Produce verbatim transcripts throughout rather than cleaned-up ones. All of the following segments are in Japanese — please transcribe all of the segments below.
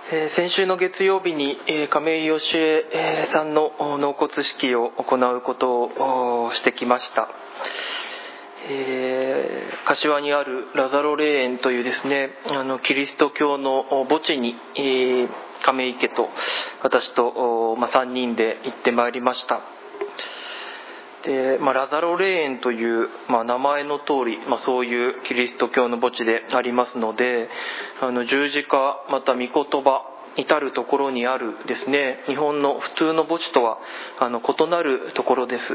えー、先週の月曜日に、えー、亀井義恵、えー、さんの納骨式を行うことをしてきました。えー、柏にあるラザロ霊園というですね、あのキリスト教の墓地に、えー、亀井家と私と、まあ、さんにんで行ってまいりました。でまあ、ラザロ霊園という、まあ、名前の通り、まあ、そういうキリスト教の墓地でありますので、あの十字架また御言葉至るところにあるですね、日本の普通の墓地とはあの異なるところです。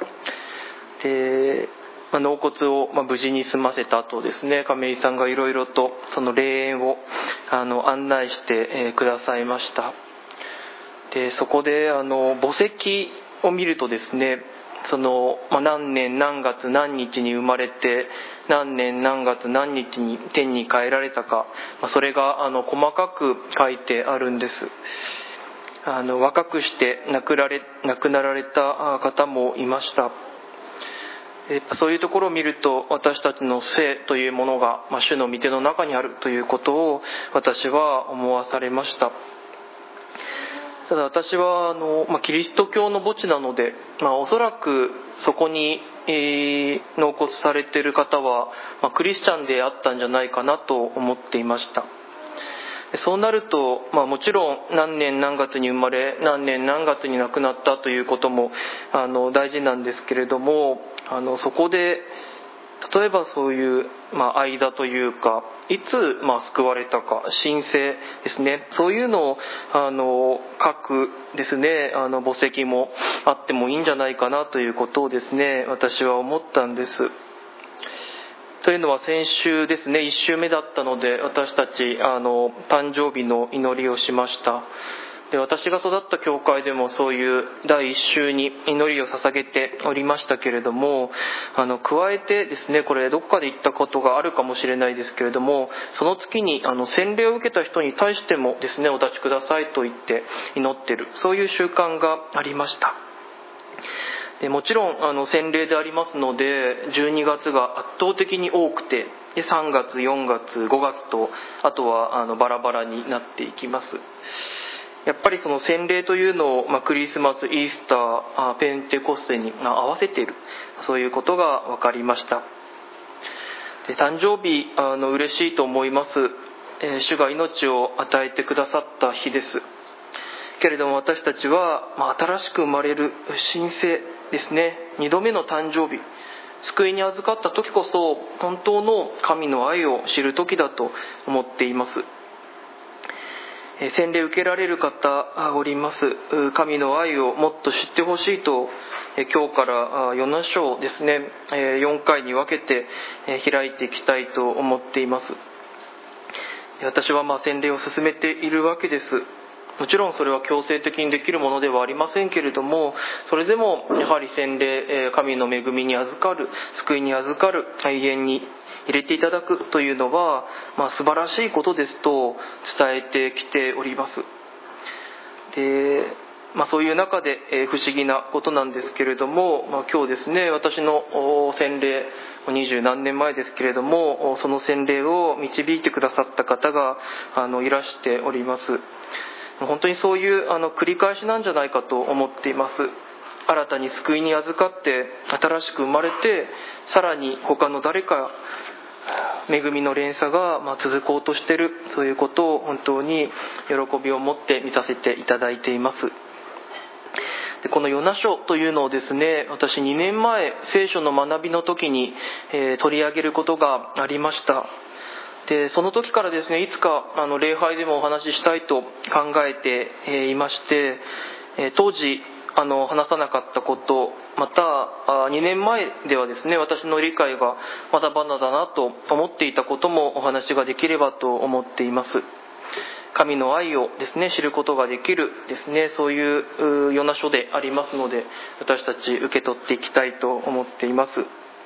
で、まあ、納骨を、まあ、無事に済ませた後ですね、亀井さんがいろいろとその霊園をあの案内して、えー、くださいました。でそこであの墓石を見るとですね、その、まあ、何年何月何日に生まれて何年何月何日に天に帰られたか、まあ、それがあの細かく書いてあるんです。あの若くして亡くられ亡くなられた方もいました。そういうところを見ると、私たちの生というものが、まあ、主の御手の中にあるということを私は思わされました。ただ私はあの、まあ、キリスト教の墓地なので、まあ、おそらくそこに、えー、納骨されている方は、まあ、クリスチャンであったんじゃないかなと思っていました。そうなると、まあ、もちろん何年何月に生まれ何年何月に亡くなったということもあの大事なんですけれども、あのそこで例えばそういう、まあ、間というか、いつ、まあ、救われたか、神聖ですね、そういうのをあの書くですね、あの墓石もあってもいいんじゃないかなということをですね、私は思ったんです。というのは先週ですね、いっ週目だったので、私たちあの誕生日の祈りをしました。で私が育った教会でもそういうだいいっ週に祈りを捧げておりましたけれども、あの加えてですね、これどこかで言ったことがあるかもしれないですけれども、その月にあの洗礼を受けた人に対してもですね、お立ちくださいと言って祈っている、そういう習慣がありました。でもちろんあの洗礼でありますので、じゅうにがつが圧倒的に多くて、でさんがつよんがつごがつとあとはあのバラバラになっていきます。やっぱりその洗礼というのを、まあ、クリスマス、イースター、ペンテコステに合わせている、そういうことが分かりました。で誕生日あの嬉しいと思います、えー、主が命を与えてくださった日ですけれども、私たちは、まあ、新しく生まれる新生ですね、にどめの誕生日、救いに預かった時こそ本当の神の愛を知る時だと思っています。洗礼受けられる方おります。神の愛をもっと知ってほしいと、今日からヨナ書ですね、よんかいに分けて開いていきたいと思っています。私はまあ洗礼を進めているわけです。もちろんそれは強制的にできるものではありませんけれども、それでもやはり洗礼、神の恵みに預かる、救いに預かる、永遠に入れていただくというのは、まあ、素晴らしいことですと伝えてきております。で、まあ、そういう中で、えー、不思議なことなんですけれども、まあ、今日ですね、私の洗礼二十何年前ですけれども、その洗礼を導いてくださった方があのいらしております。本当にそういうあの繰り返しなんじゃないかと思っています。新たに救いに預かって新しく生まれて、さらに他の誰か恵みの連鎖がまあ続こうとしている、そういうことを本当に喜びを持って見させていただいています。でこのヨナ書というのをですね、私にねんまえ聖書の学びの時に、えー、取り上げることがありました。でその時からですね、いつかあの礼拝でもお話ししたいと考えていまして、当時あの話さなかったこと、またにねんまえではですね、私の理解がまだまだだなと思っていたこともお話ができればと思っています。神の愛をですね知ることができるですね、そういうヨナ書でありますので、私たち受け取っていきたいと思っています。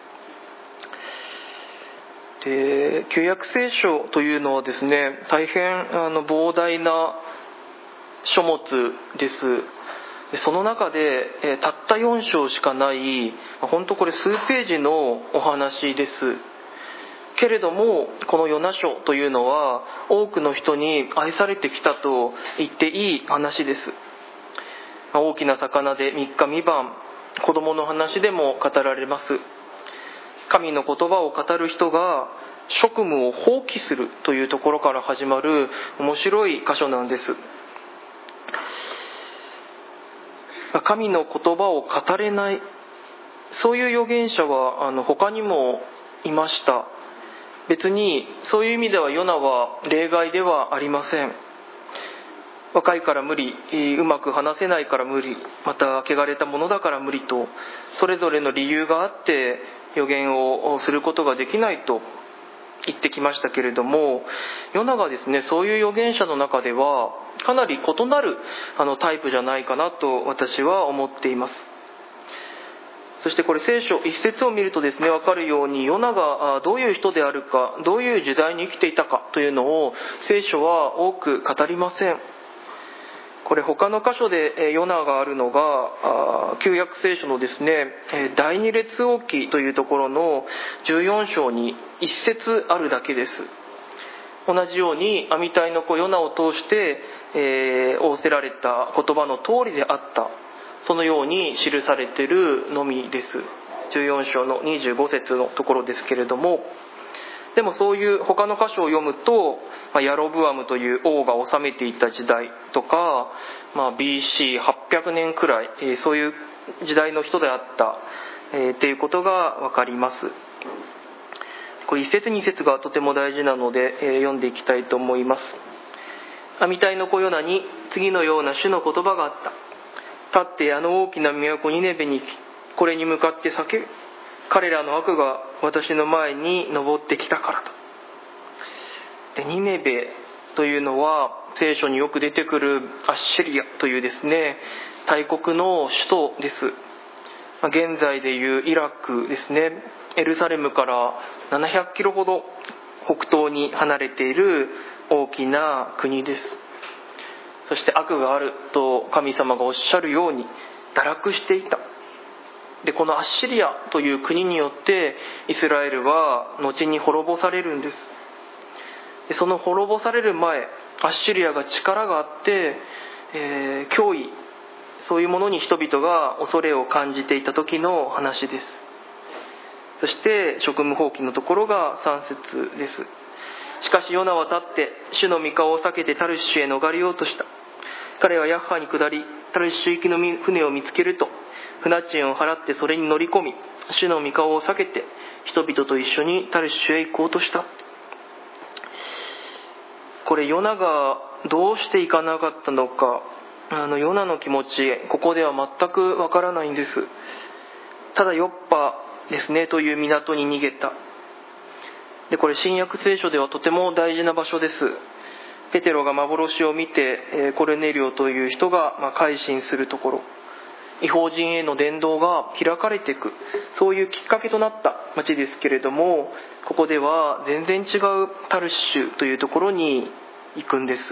で旧約聖書というのはですね、大変あの膨大な書物です。でその中で、えー、たったよん章しかない、本当これ数ページのお話です。 けれどもこのヨナ書というのは多くの人に愛されてきたと言っていい話です。大きな魚でみっかみばん、子供の話でも語られます。神の言葉を語る人が職務を放棄するというところから始まる面白い箇所なんです。神の言葉を語れない、そういう預言者はあの他にもいました。別にそういう意味ではヨナは例外ではありません。若いから無理、うまく話せないから無理、また汚れたものだから無理と、それぞれの理由があって預言をすることができないと言ってきましたけれども、ヨナがですね、そういう預言者の中ではかなり異なるあのタイプじゃないかなと私は思っています。そしてこれ聖書一節を見るとですね、わかるようにヨナがどういう人であるか、どういう時代に生きていたかというのを聖書は多く語りません。これ他の箇所でヨナがあるのが旧約聖書のですね、第二列王記というところのじゅうよん章に一節あるだけです。同じようにアミタイの子ヨナを通して、えー、仰せられた言葉の通りであった、そのように記されているのみです。じゅうよん章のにじゅうご節のところですけれども、でもそういう他の箇所を読むと、まあ、ヤロブアムという王が治めていた時代とか、まあ、ビーシーはっぴゃく 年くらい、えー、そういう時代の人であった、えー、っていうことがわかります。これ一節二節がとても大事なので、えー、読んでいきたいと思います。アミタイの子ヨナに次のような主の言葉があった。立ってあの大きな都ニネベに行き、これに向かって叫ぶ。彼らの悪が私の前に登ってきたからと。で、ニネベというのは聖書によく出てくるアッシリアというですね、大国の首都です。現在でいうイラクですね。エルサレムからななひゃくキロほど北東に離れている大きな国です。そして悪があると神様がおっしゃるように堕落していた。で、このアッシリアという国によってイスラエルは後に滅ぼされるんです。で、その滅ぼされる前、アッシリアが力があって、えー、脅威、そういうものに人々が恐れを感じていた時の話です。そして職務放棄のところがさん節です。しかしヨナは立って主の御顔を避けてタルシュへ逃れようとした。彼はヤッハに下り、タルシュ行きの船を見つけると、船賃を払ってそれに乗り込み、主の御顔を避けて人々と一緒にタルシュへ行こうとした。これヨナがどうして行かなかったのか、あのヨナの気持ち、ここでは全くわからないんです。ただヨッパですねという港に逃げた。で、これ新約聖書ではとても大事な場所です。ペテロが幻を見てコルネリオという人がまあ改心するところ、異邦人への伝道が開かれていく、そういうきっかけとなった町ですけれども、ここでは全然違うタルシュというところに行くんです。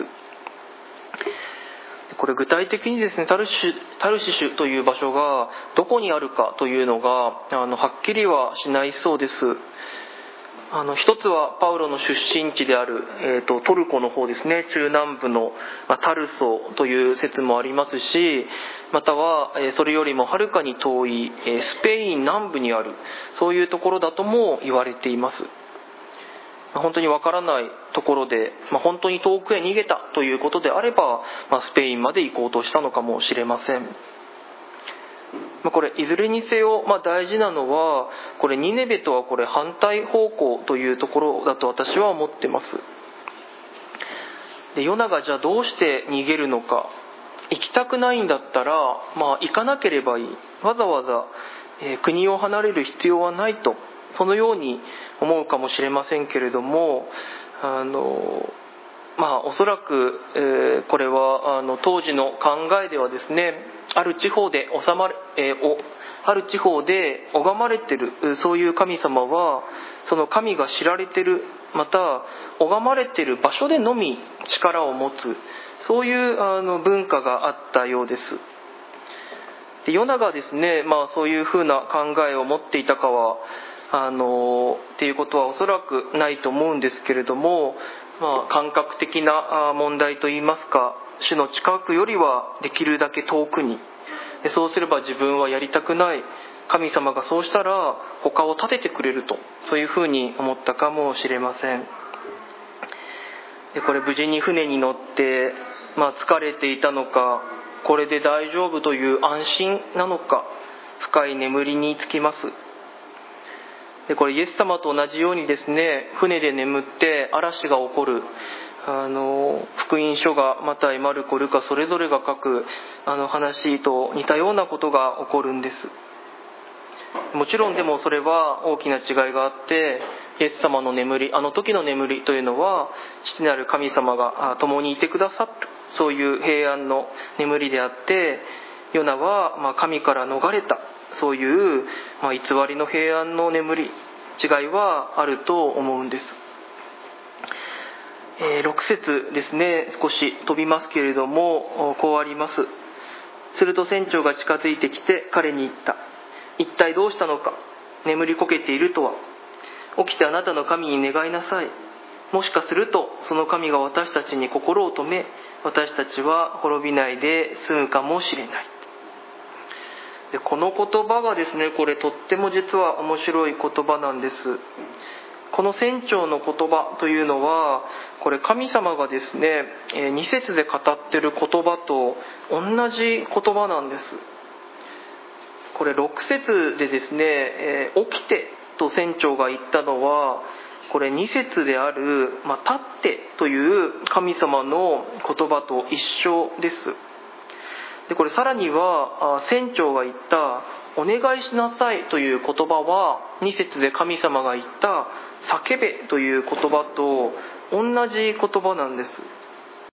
これ具体的にですね、タルシュ、タルシシュという場所がどこにあるかというのがあのはっきりはしないそうです。あの一つはパウロの出身地である、えー、とトルコの方ですね、中南部の、まあ、タルソという説もありますし、または、えー、それよりもはるかに遠い、えー、スペイン南部にある、そういうところだとも言われています。本当にわからないところで、まあ、本当に遠くへ逃げたということであれば、まあ、スペインまで行こうとしたのかもしれません。まあ、これいずれにせよ、まあ、大事なのはこれニネベとはこれ反対方向というところだと私は思ってます。で、ヨナがじゃあどうして逃げるのか。行きたくないんだったら、まあ、行かなければいい、わざわざ、えー、国を離れる必要はないと、そのように思うかもしれませんけれども、あのまあおそらく、えー、これはあの当時の考えではですね、ある地方で収まれ、えー、おある地方で拝まれているそういう神様は、その神が知られている、また拝まれている場所でのみ力を持つ、そういうあの文化があったようです。で、ヨナがですね、まあそういうふうな考えを持っていたかはあのっていうことはおそらくないと思うんですけれども、まあ、感覚的な問題といいますか、主の近くよりはできるだけ遠くに、でそうすれば自分はやりたくない、神様がそうしたら他を立ててくれると、そういうふうに思ったかもしれません。でこれ無事に船に乗って、まあ、疲れていたのか、これで大丈夫という安心なのか、深い眠りにつきます。でこれイエス様と同じようにですね、船で眠って嵐が起こる、あの福音書がマタイ、マルコ、ルカそれぞれが書くあの話と似たようなことが起こるんです。もちろんでもそれは大きな違いがあって、イエス様の眠り、あの時の眠りというのは父なる神様が共にいてくださる、そういう平安の眠りであって、ヨナはまあ神から逃れた、そういうまあ偽りの平安の眠り、違いはあると思うんです。えー、ろく節ですね、少し飛びますけれども、こうあります。すると船長が近づいてきて彼に言った。一体どうしたのか、眠りこけているとは。起きてあなたの神に願いなさい。もしかするとその神が私たちに心を止め、私たちは滅びないで済むかもしれない。でこの言葉がですね、これとっても実は面白い言葉なんです。この船長の言葉というのは、これ神様がですね、に節で語っている言葉と同じ言葉なんです。これろく節でですね、えー、起きてと船長が言ったのは、これに節である、まあ、立ってという神様の言葉と一緒です。でこれさらには船長が言ったお願いしなさいという言葉は、に節で神様が言った叫べという言葉と同じ言葉なんです。